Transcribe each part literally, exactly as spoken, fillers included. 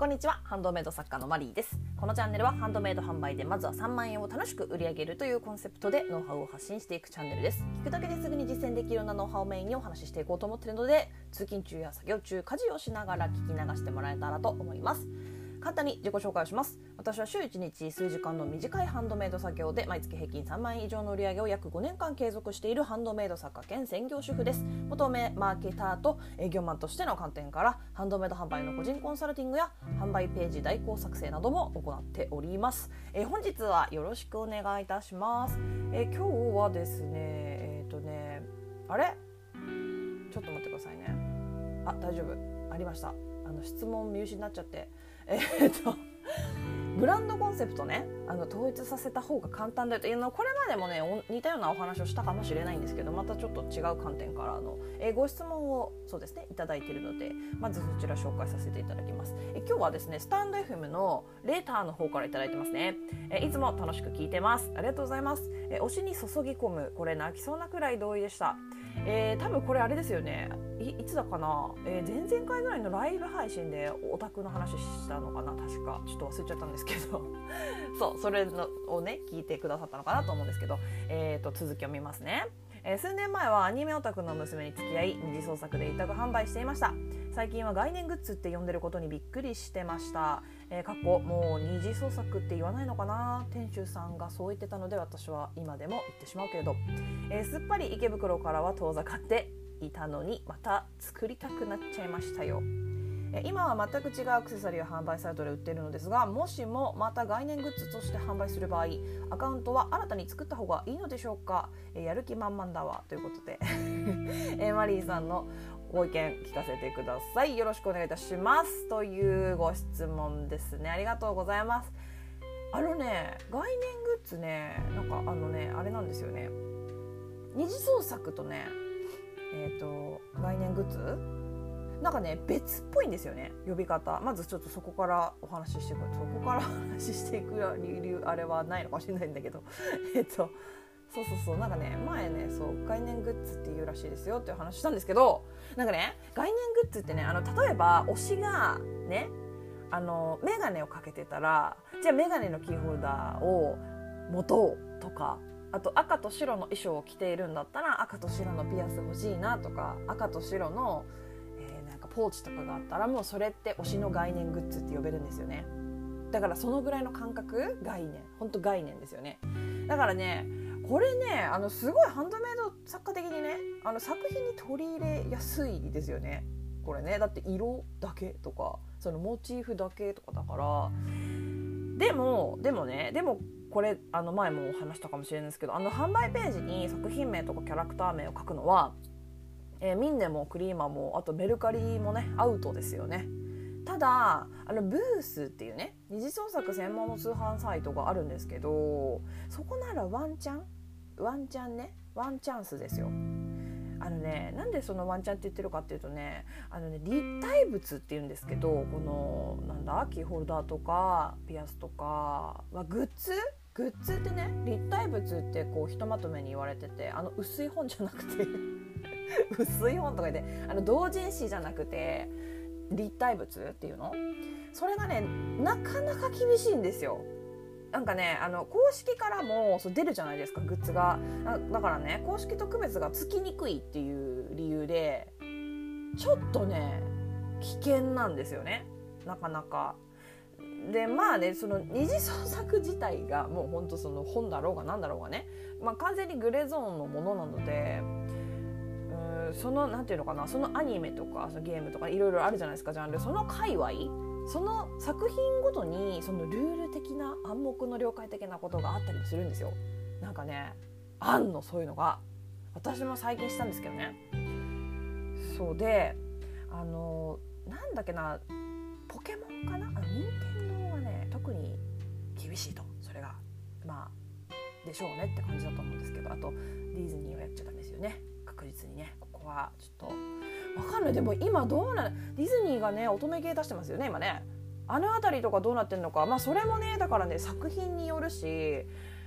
こんにちは、ハンドメイド作家のマリーです。このチャンネルはハンドメイド販売でまずはさんまんえんを楽しく売り上げるというコンセプトでノウハウを発信していくチャンネルです。聞くだけですぐに実践できるようなノウハウをメインにお話ししていこうと思っているので、通勤中や作業中、家事をしながら聞き流してもらえたらと思います。簡単に自己紹介をします。私は週いちにち数時間の短いハンドメイド作業で毎月平均さんまんえん以上の売り上げを約ごねんかん継続しているハンドメイド作家兼専業主婦です。元マーケターと営業マンとしての観点からハンドメイド販売の個人コンサルティングや販売ページ代行作成なども行っております。えー、本日はよろしくお願いいたします。えー、今日はですねえっ、ー、とねあれちょっと待ってくださいね。あ、大丈夫、ありました。あの質問見失っちゃってえー、っとブランドコンセプトね、あの統一させた方が簡単だよというの、これまでもね似たようなお話をしたかもしれないんですけど、またちょっと違う観点からの、えー、ご質問をそうですねいただいているので、まずそちら紹介させていただきます。えー、今日はですねスタンド エフエム のレーターの方からいただいてますね。えー、いつも楽しく聞いてます。ありがとうございます。えー、推しに注ぎ込む、これ泣きそうなくらい同意でした。えー、多分これあれですよね、 い, いつだかな、えー、前々回ぐらいのライブ配信でオタクの話したのかな、確かちょっと忘れちゃったんですけどそうそれのをね聞いてくださったのかなと思うんですけど、えー、と続きを見ますね。えー、数年前はアニメオタクの娘に付き合い二次創作で委託販売していました。最近は概念グッズって呼んでることにびっくりしてました。えー、過去もう二次創作って言わないのかな、店主さんがそう言ってたので私は今でも言ってしまうけれど、えー、すっぱり池袋からは遠ざかっていたのにまた作りたくなっちゃいましたよ。今は全く違うアクセサリーを販売サイトで売っているのですが、もしもまた概念グッズとして販売する場合、アカウントは新たに作った方がいいのでしょうか。やる気満々だわということでマリーさんのご意見聞かせてください。よろしくお願いいたしますというご質問ですね。ありがとうございます。あのね概念グッズね、なんかあのねあれなんですよね、二次創作とねえっ、ー、と概念グッズなんかね別っぽいんですよね、呼び方。まずちょっとそこからお話ししていくそこからお話ししていく理由あれはないのかもしれないんだけどえっとそうそうそうなんかね前ねそう概念グッズっていうらしいですよっていう話したんですけど、なんかね概念グッズってね、あの例えば推しがねあのメガネをかけてたら、じゃあメガネのキーホルダーを持とうとか、あと赤と白の衣装を着ているんだったら赤と白のピアス欲しいなとか、赤と白のポーチとかがあったらもうそれって推しの概念グッズって呼べるんですよね。だからそのぐらいの感覚、概念、本当概念ですよね。だからねこれねあのすごいハンドメイド作家的にねあの作品に取り入れやすいですよねこれね。だって色だけとかそのモチーフだけとかだから。でもでもねでもこれあの前も話したかもしれないですけど、あの販売ページに作品名とかキャラクター名を書くのはえー、ミンネもクリーマもあとメルカリもねアウトですよね。ただあのブースっていうね二次創作専門の通販サイトがあるんですけど、そこならワンチャンワンチャンねワンチャンスですよ。あのねなんでそのワンチャンって言ってるかっていうとね、あのね立体物っていうんですけど、このなんだキーホルダーとかピアスとかはグッズグッズってね立体物ってこうひとまとめに言われてて、あの薄い本じゃなくて薄い本とかであの同人誌じゃなくて立体物っていうの、それがねなかなか厳しいんですよ。なんかねあの公式からもそう出るじゃないですかグッズが。だからね公式と区別がつきにくいっていう理由でちょっとね危険なんですよねなかなか。でまあねその二次創作自体がもうほんとその本だろうがなんだろうがね、まあ、完全にグレーゾーンのものなので、そのなんていうのかな、そのアニメとかそのゲームとかいろいろあるじゃないですかジャンル、その界隈その作品ごとにそのルール的な暗黙の了解的なことがあったりもするんですよ。なんかねあんのそういうのが。私も最近したんですけどね。そうであのなんだっけなポケモンかな、あの任天堂はね特に厳しいと、それがまあでしょうねって感じだと思うんですけど、あとディズニーはやっちゃダメですよね確実にね。ここはちょっとわかんない。でも今どうなディズニーがね乙女系出してますよね今ね。あのあたりとかどうなってんのか、まあそれもねだからね作品によるし、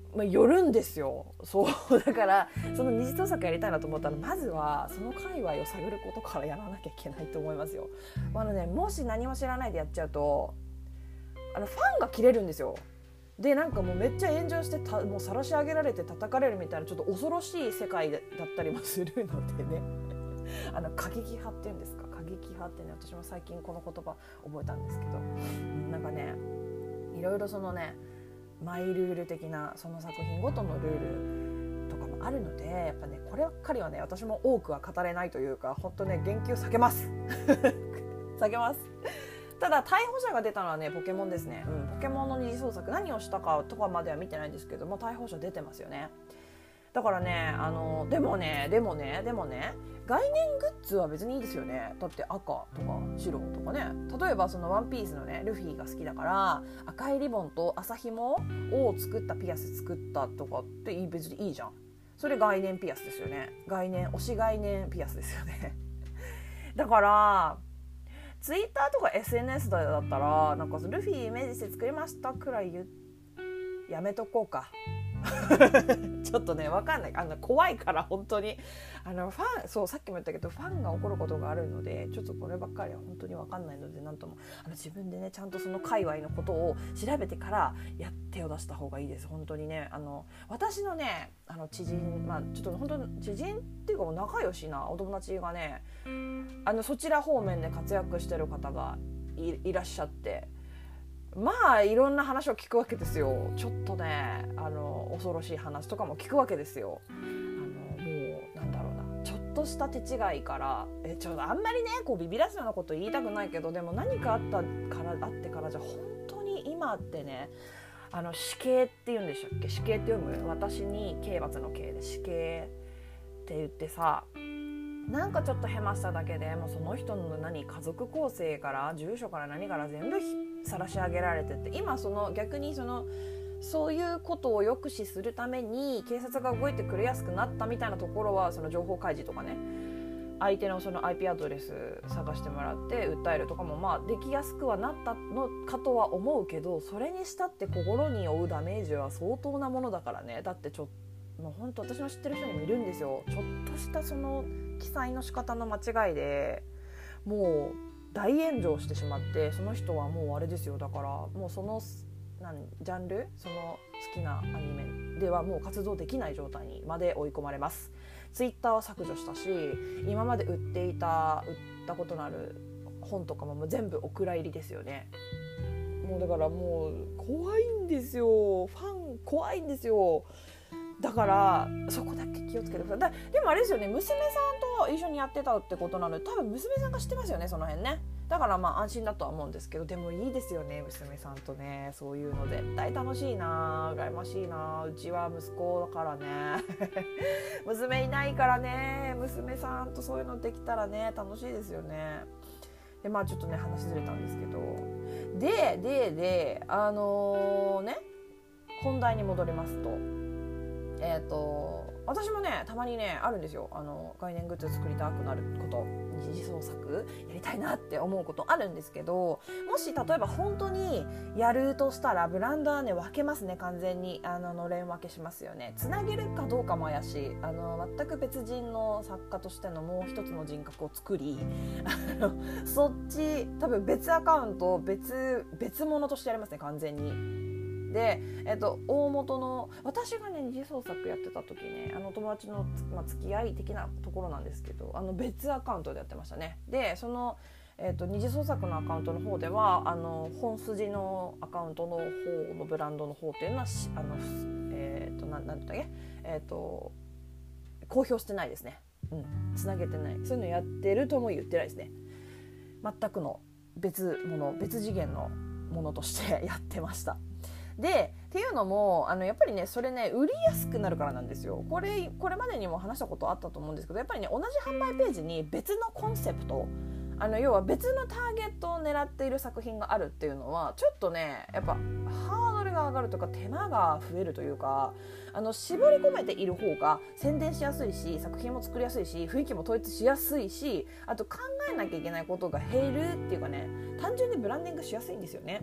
まあ、よるんですよ。そうだからその二次創作やりたいなと思ったらまずはその界隈を探ることからやらなきゃいけないと思いますよ。あのね、もし何も知らないでやっちゃうとあのファンが切れるんですよ。でなんかもうめっちゃ炎上してたもう晒し上げられて叩かれるみたいなちょっと恐ろしい世界だったりもするのでねあの過激派っていうんですか、過激派ってね、私も最近この言葉覚えたんですけど、なんかねいろいろそのねマイルール的なその作品ごとのルールとかもあるので、やっぱねこればっかりはね私も多くは語れないというか、本当ね言及避けます避けます。ただ逮捕者が出たのはねポケモンですね、うん、ポケモンの二次創作何をしたかとかまでは見てないんですけども、逮捕者出てますよね。だからねあのでもねでもねでもね概念グッズは別にいいですよね。だって赤とか白とかね、例えばそのワンピースのねルフィが好きだから赤いリボンと麻紐を作ったピアス作ったとかっていい、別にいいじゃん。それ概念ピアスですよね。概念推し概念ピアスですよねだからツイッターとか エスエヌエス だったらなんかルフィイメージして作りましたくらい言うやめとこうかちょっとね分かんない、あの怖いから本当にあのファン、そうさっきも言ったけどファンが怒ることがあるのでちょっとこればっかりは本当に分かんないので、なんともあの自分でねちゃんとその界隈のことを調べてからや手を出した方がいいです。本当にね、あの私のねあの知人、まあちょっと本当に知人っていうかもう仲良しなお友達がねあのそちら方面で活躍してる方が い, いらっしゃって、まあいろんな話を聞くわけですよ。ちょっとねあの恐ろしい話とかも聞くわけですよ。あのもうなんだろうな、ちょっとした手違いからえちょっとあんまりねこうビビらすようなこと言いたくないけど、でも何かあったからあってからじゃ本当に今ってね、あの死刑って言うんでしたっけ、死刑って読む、私に刑罰の刑で死刑って言ってさ、なんかちょっとヘマしただけでもうその人の何家族構成から住所から何から全部晒し上げられてて、今その逆にそのそういうことを抑止するために警察が動いてくれやすくなったみたいなところは、その情報開示とかね、相手のその アイピー アドレス探してもらって訴えるとかもまあできやすくはなったのかとは思うけど、それにしたって心に負うダメージは相当なものだからね。だってちょっともう本当私の知ってる人にもいるんですよ。ちょっとしたその記載の仕方の間違いでもう大炎上してしまって、その人はもうあれですよ、だからもうそのなんジャンルその好きなアニメではもう活動できない状態にまで追い込まれます。ツイッターは削除したし、今まで売っていた売ったことのある本とかももう全部お蔵入りですよね。もうだからもう怖いんですよ、ファン怖いんですよ。だからそこだけ気をつけてください。だでもあれですよね、娘さんと一緒にやってたってことなので多分娘さんが知ってますよね、その辺ね。だからまあ安心だとは思うんですけど、でもいいですよね娘さんとね、そういうの絶対楽しいな、羨ましいな。うちは息子だからね娘いないからね、娘さんとそういうのできたらね楽しいですよね。でまあちょっとね話ずれたんですけど、ででであのー、ね本題に戻りますと、えーと私もねたまにねあるんですよ、あの概念グッズ作りたくなること、二次創作やりたいなって思うことあるんですけど、もし例えば本当にやるとしたらブランドはね分けますね、完全にあののれん分けしますよね。つなげるかどうかも怪しい、あの全く別人の作家としてのもう一つの人格を作りあのそっち多分別アカウント別別物としてやりますね完全に。で、えっと、大元の私がね二次創作やってた時ね、あの友達の、まあ、付き合い的なところなんですけど、あの別アカウントでやってましたね。でその、えっと、二次創作のアカウントの方ではあの本筋のアカウントの方のブランドの方っていうのはあの、えっと、な, なんて言ったっけ、えっと、公表してないですね。うん、つなげてない、そういうのやってるとも言ってないですね。全くの別物別次元のものとしてやってました。でっていうのもあのやっぱりねそれね売りやすくなるからなんですよ。これこれまでにも話したことあったと思うんですけど、やっぱりね同じ販売ページに別のコンセプト、あの要は別のターゲットを狙っている作品があるっていうのはちょっとねやっぱハードルが上がるというか手間が増えるというか、あの絞り込めている方が宣伝しやすいし作品も作りやすいし雰囲気も統一しやすいし、あと考えなきゃいけないことが減るっていうかね、単純にブランディングしやすいんですよね。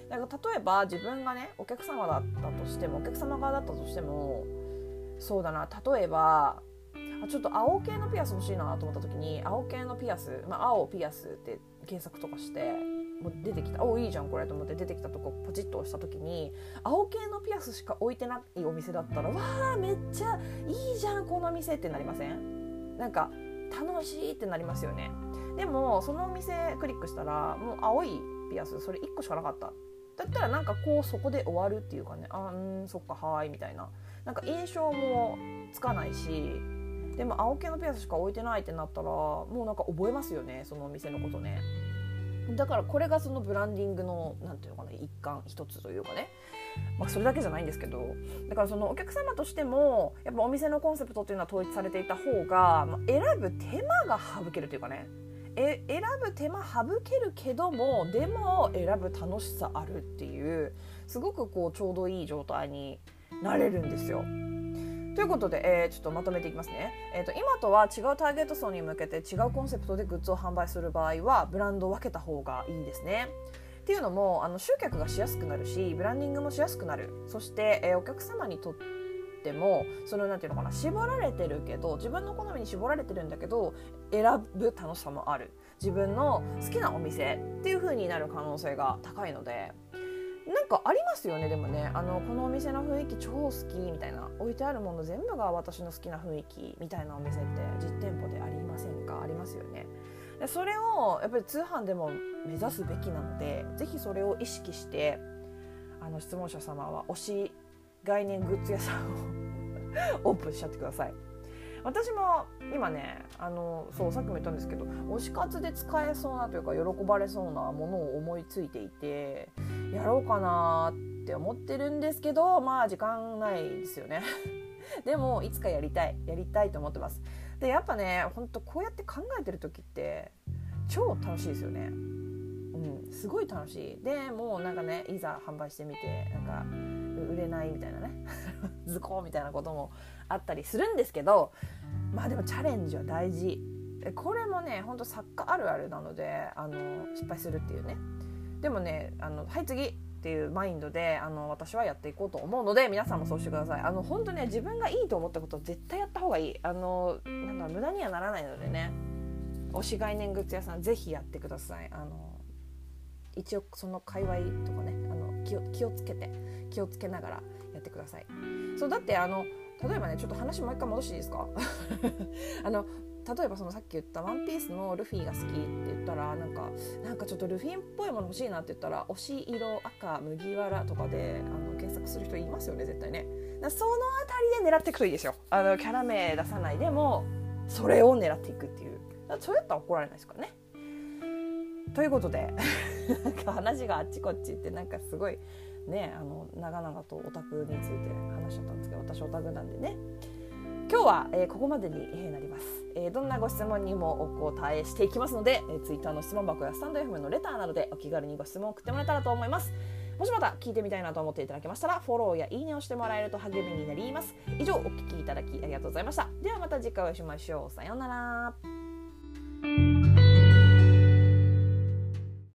なんか例えば自分がねお客様だったとしてもお客様側だったとしてもそうだな、例えばちょっと青系のピアス欲しいなと思った時に青系のピアス、まあ、青ピアスって検索とかしてもう出てきた、おいいじゃんこれと思って出てきたとこポチッと押した時に青系のピアスしか置いてないお店だったらわーめっちゃいいじゃんこの店ってなりません？なんか楽しいってなりますよね。でもそのお店クリックしたらもう青いピアスそれいっこしかなかっただったらなんかこうそこで終わるっていうかね、あーんそっかはーいみたいな、なんか印象もつかないし、でも青系のピアスしか置いてないってなったらもうなんか覚えますよねそのお店のことね。だからこれがそのブランディングのなんていうのかな一環一つというかね、まあ、それだけじゃないんですけど、だからそのお客様としてもやっぱお店のコンセプトっていうのは統一されていた方が、まあ、選ぶ手間が省けるというかね、え選ぶ手間省けるけどもでも選ぶ楽しさあるっていうすごくこうちょうどいい状態になれるんですよ。ということで、えー、ちょっとまとめていきますね、えーと、今とは違うターゲット層に向けて違うコンセプトでグッズを販売する場合はブランドを分けた方がいいですね。っていうのもあの集客がしやすくなるしブランディングもしやすくなる、そして、えー、お客様にとってもそのなんていうのかな絞られてるけど自分の好みに絞られてるんだけど選ぶ楽しさもある、自分の好きなお店っていう風になる可能性が高いので、なんかありますよね。でもねあのこのお店の雰囲気超好きみたいな、置いてあるもの全部が私の好きな雰囲気みたいなお店って実店舗でありませんか？ありますよね。でそれをやっぱり通販でも目指すべきなのでぜひそれを意識してあの質問者様は推し概念グッズ屋さんをオープンしちゃってください。私も今ねあのそうさっきも言ったんですけど推し活で使えそうなというか喜ばれそうなものを思いついていてやろうかなって思ってるんですけどまあ時間ないですよねでもいつかやりたいやりたいと思ってます。でやっぱね本当こうやって考えてる時って超楽しいですよね。うんすごい楽しい。でもうなんかねいざ販売してみてなんか売れないみたいなね図工みたいなこともあったりするんですけど、まあでもチャレンジは大事。これもね本当作家あるあるなのであの失敗するっていうね。でもねあのはい次っていうマインドであの私はやっていこうと思うので皆さんもそうしてください。あの本当ね自分がいいと思ったことを絶対やった方がいい。あのなんだ無駄にはならないのでね、推し概念グッズ屋さんぜひやってください。あの一応その界隈とかねあの 気を、気をつけて気をつけながらやってください。そうだってあの例えばねちょっと話もう一回戻していいですかあの例えばそのさっき言ったワンピースのルフィが好きって言ったらなんかなんかちょっとルフィっぽいもの欲しいなって言ったら推し色赤麦わらとかであの検索する人いますよね絶対ね。だそのあたりで狙っていくといいですよ。あのキャラ名出さないでもそれを狙っていくっていう、それやったら怒られないですからね。ということでなんか話があっちこっちってなんかすごいねあの長々とオタクについて話しちゃったんですけど私オタクなんでね今日は、えー、ここまでになります、えー、どんなご質問にもお答えしていきますので、えー、Twitter の質問箱やスタンド エフエム のレターなどでお気軽にご質問を送ってもらえたらと思います。もしまた聞いてみたいなと思っていただけましたらフォローやいいねをしてもらえると励みになります。以上お聞きいただきありがとうございました。ではまた次回お会いしましょう。さようなら。